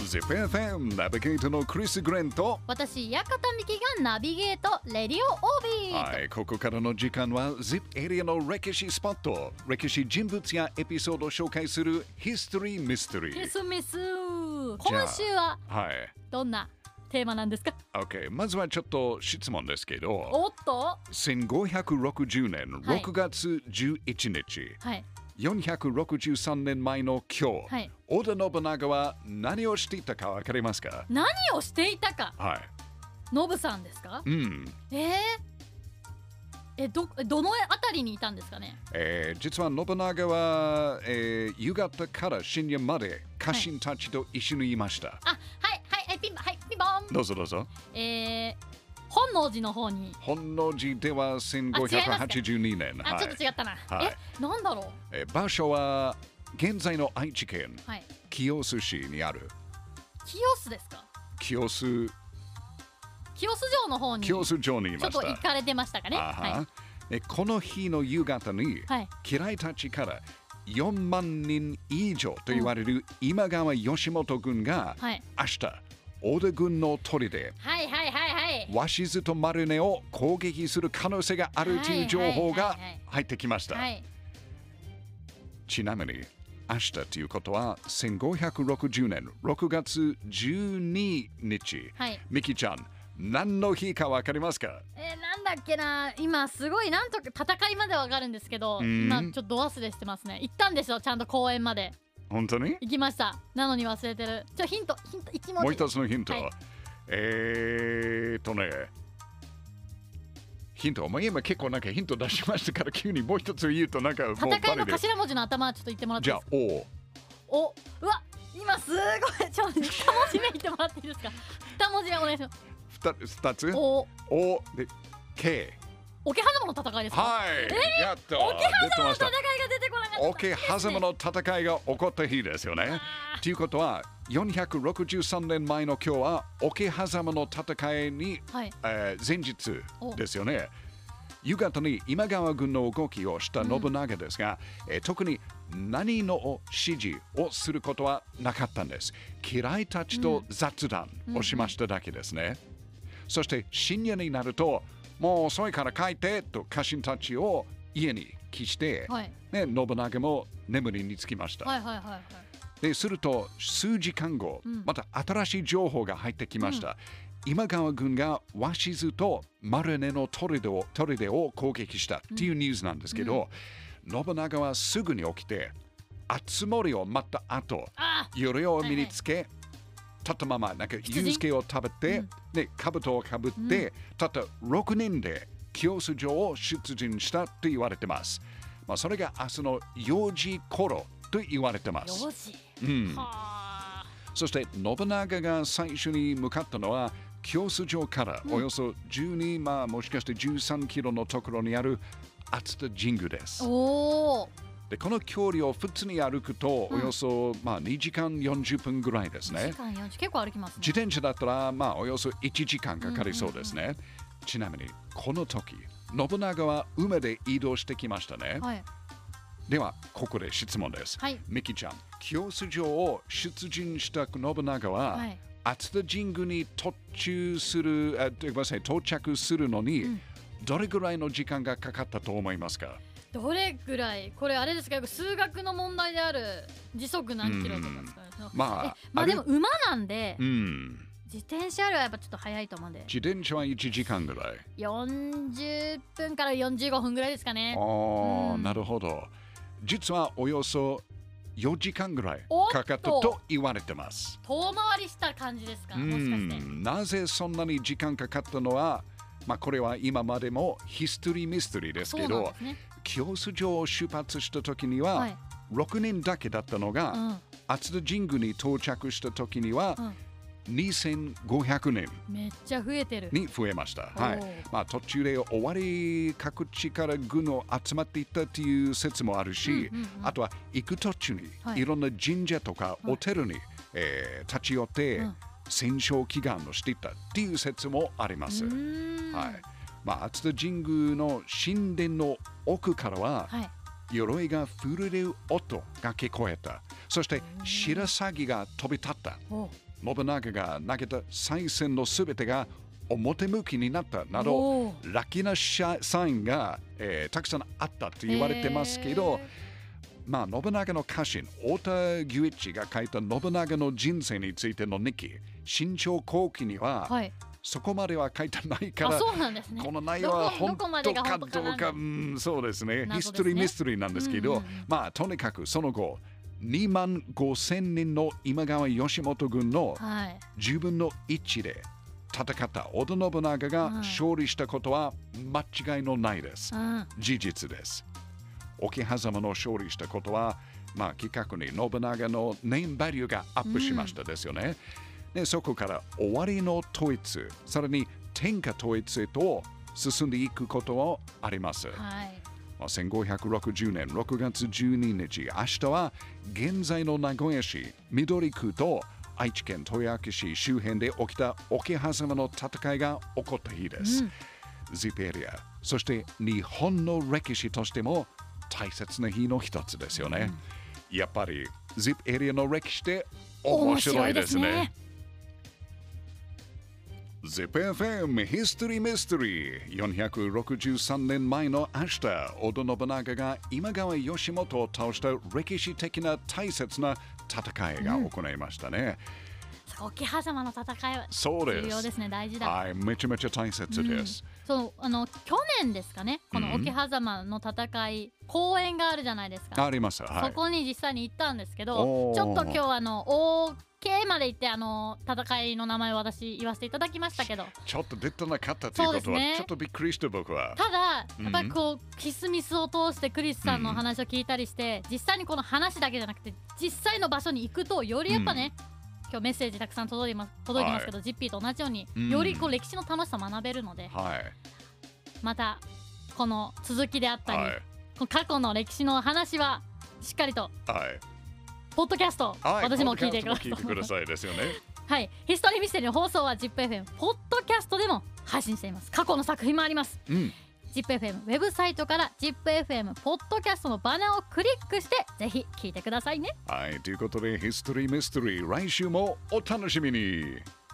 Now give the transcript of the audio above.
ZIPFM ナビゲートのクリス・グレンと私、館美希がナビゲートレディオオービー。 はい、ここからの時間は ZIP エリアの歴史スポット、歴史人物やエピソードを紹介するヒストリー・ミステリー。 ミスミス。今週ははいどんなテーマなんですか？ OK、まずはちょっと質問ですけど、 おっと、 1560年6月11日、 はい、 463年前の今日、 はい、 織田信長は何をしていたか分かりますか？ 何をしていたか。 はい。 ノブさんですか？ うん。 どのあたりにいたんですかね？ 実は信長は、夕方から深夜まで家臣たちと一緒にいました。 はい、ピンポン。 どうぞどうぞ。 本能寺の方に。 本能寺では1582年。 ちょっと違ったな。 はい、 なんだろう、場所は現在の愛知県、 はい、 清須市にある。 清須ですか？ 清須城の方に。 清須城にいました。 ちょっと行かれてましたかね。はい、 この日の夕方に、 はい、 家来たちから4万人以上と言われる今川義元軍が、 はい、 明日織田軍の砦で鷲津と丸根を攻撃する可能性があるという情報が入ってきました。ちなみに明日ということは1560年6月12日、 はい、 ミキちゃん何の日かわかりますか？ なんだっけな、今すごいなんとか戦いまでわかるんですけど、今ちょっとど忘れしてますね。行ったんですよ、ちゃんと公園まで。 本当に？ 行きました。なのに忘れてる。ヒント1文字。 もう一つのヒント、 はい、 ヒント、今結構なんかヒント出しましたから急にもう一つ言うとなんかもうバレる。 戦いの頭文字の頭ちょっと言ってもらっていいですか？ じゃあうわ、今すごいちょっと2文字目言ってもらっていいですか？2文字目お願いします。 2つおで K。 桶狭間の戦いですか？ はい、やっと桶狭間の戦いが出てこなかった。 桶狭間の戦いが起こった日ですよね。ということは463年前の今日は桶狭間の戦いに、 はい、 前日ですよね。夕方に今川軍の動きをした信長ですが、特に何の指示をすることはなかったんです。家来たちと雑談をしましただけですね。そして深夜になるともう遅いから帰ってと家臣たちを家に帰して、 はい、 信長も眠りにつきました。ですると数時間後、また新しい情報が入ってきました。今川軍が鷲津と丸根の砦を攻撃したっていうニュースなんですけど、信長はすぐに起きて熱盛を待った後、鎧を身につけ、たったままなんかユウスケを食べて、で兜をかぶって、たった6年で清須城を出陣したと言われてます。それが明日の4時頃と言われてます。 4時、 そして信長が最初に向かったのは清須城からおよそ12、もしかして13キロのところにある熱田神宮です。でこの距離を普通に歩くとおよそ、2時間40分ぐらいですね。 結構歩きますね。 自転車だったら、およそ1時間かかりそうですね。ちなみにこの時信長は馬で移動してきましたね。ではここで質問です。ミキちゃん、清須城を出陣した信長は、熱田神宮に到着するのに、どれぐらいの時間がかかったと思いますか？ どれぐらい？これあれですか、数学の問題である時速何キロとかですかね。でも馬なんで、自転車よりはやっぱちょっと早いと思うんで。 自転車は1時間ぐらい。 40分から45分ぐらいですかね。 なるほど。実はおよそ4時間ぐらいかかったと言われてます。 遠回りした感じですか？もしかして。 なぜそんなに時間かかったのは、これは今までもヒストリーミステリーですけど、清須城を出発した時には、6年だけだったのが、熱田神宮に到着した時には、2500年めっちゃ増えてるに増えました。途中で終わり各地から軍を集まっていったという説もあるし、あとは行く途中にいろんな神社とかお寺に、立ち寄って、戦勝祈願をしていったっていう説もあります。熱田神宮の神殿の奥からは、鎧が震える音が聞こえた。そして白鷺が飛び立った。 信長が投げた賽銭のすべてが表向きになったなど、ラッキーなサインが、たくさんあったと言われてますけど、まあ、信長の家臣、太田牛一が書いた信長の人生についての日記、新朝後期には、そこまでは書いてないから、 そうなんですね、 この内容は本当かどうか、そうですね、ヒストリーミステリーなんですけど、まあ、とにかくその後、2万5,000人の今川義元軍の10分の1で戦った織田信長が勝利したことは間違いのないです。事実です。桶狭間の勝利したことは、まあ、企画に信長のネームバリューがアップしましたですよね。でそこから終わりの統一、さらに天下統一へと進んでいくこともあります。1560年6月12日、明日は現在の名古屋市緑区と愛知県豊明市周辺で起きた桶狭間の戦いが起こった日です。ZIP エリア、そして日本の歴史としても大切な日の一つですよね。やっぱり ZIP エリアの歴史って面白いですね。ZIPFM ヒストリーミステリー、463年前の明日、織田信長が今川義元を倒した歴史的な大切な戦いが行いましたね。 桶狭間の戦いは重要ですね。大事だ。 はい、めちゃめちゃ大切です。 そう、去年ですかね、この桶狭間の戦い、公演があるじゃないですか。 あります。 そこに実際に行ったんですけど、ちょっと今日OK まで行って戦いの名前を私言わせていただきましたけど、 ちょっと出てなかったということは、ちょっとびっくりして僕は。 ただやっぱりこうキスミスを通してクリスさんの話を聞いたりして、実際にこの話だけじゃなくて実際の場所に行くとよりやっぱね、今日メッセージたくさん届いてますけど、ジッピーと同じようによりこう歴史の楽しさを学べるので、またこの続きであったり、過去の歴史の話はしっかりと、ポッドキャスト、私も聞いてくださいですよね。 はい、ヒストリーミステリーの放送は ZIPFM ポッドキャストでも配信しています。過去の作品もあります。ZIPFM ウェブサイトから ZIPFM ポッドキャストのバナーをクリックしてぜひ聞いてくださいね。 はい、ということでヒストリーミステリー、来週もお楽しみに。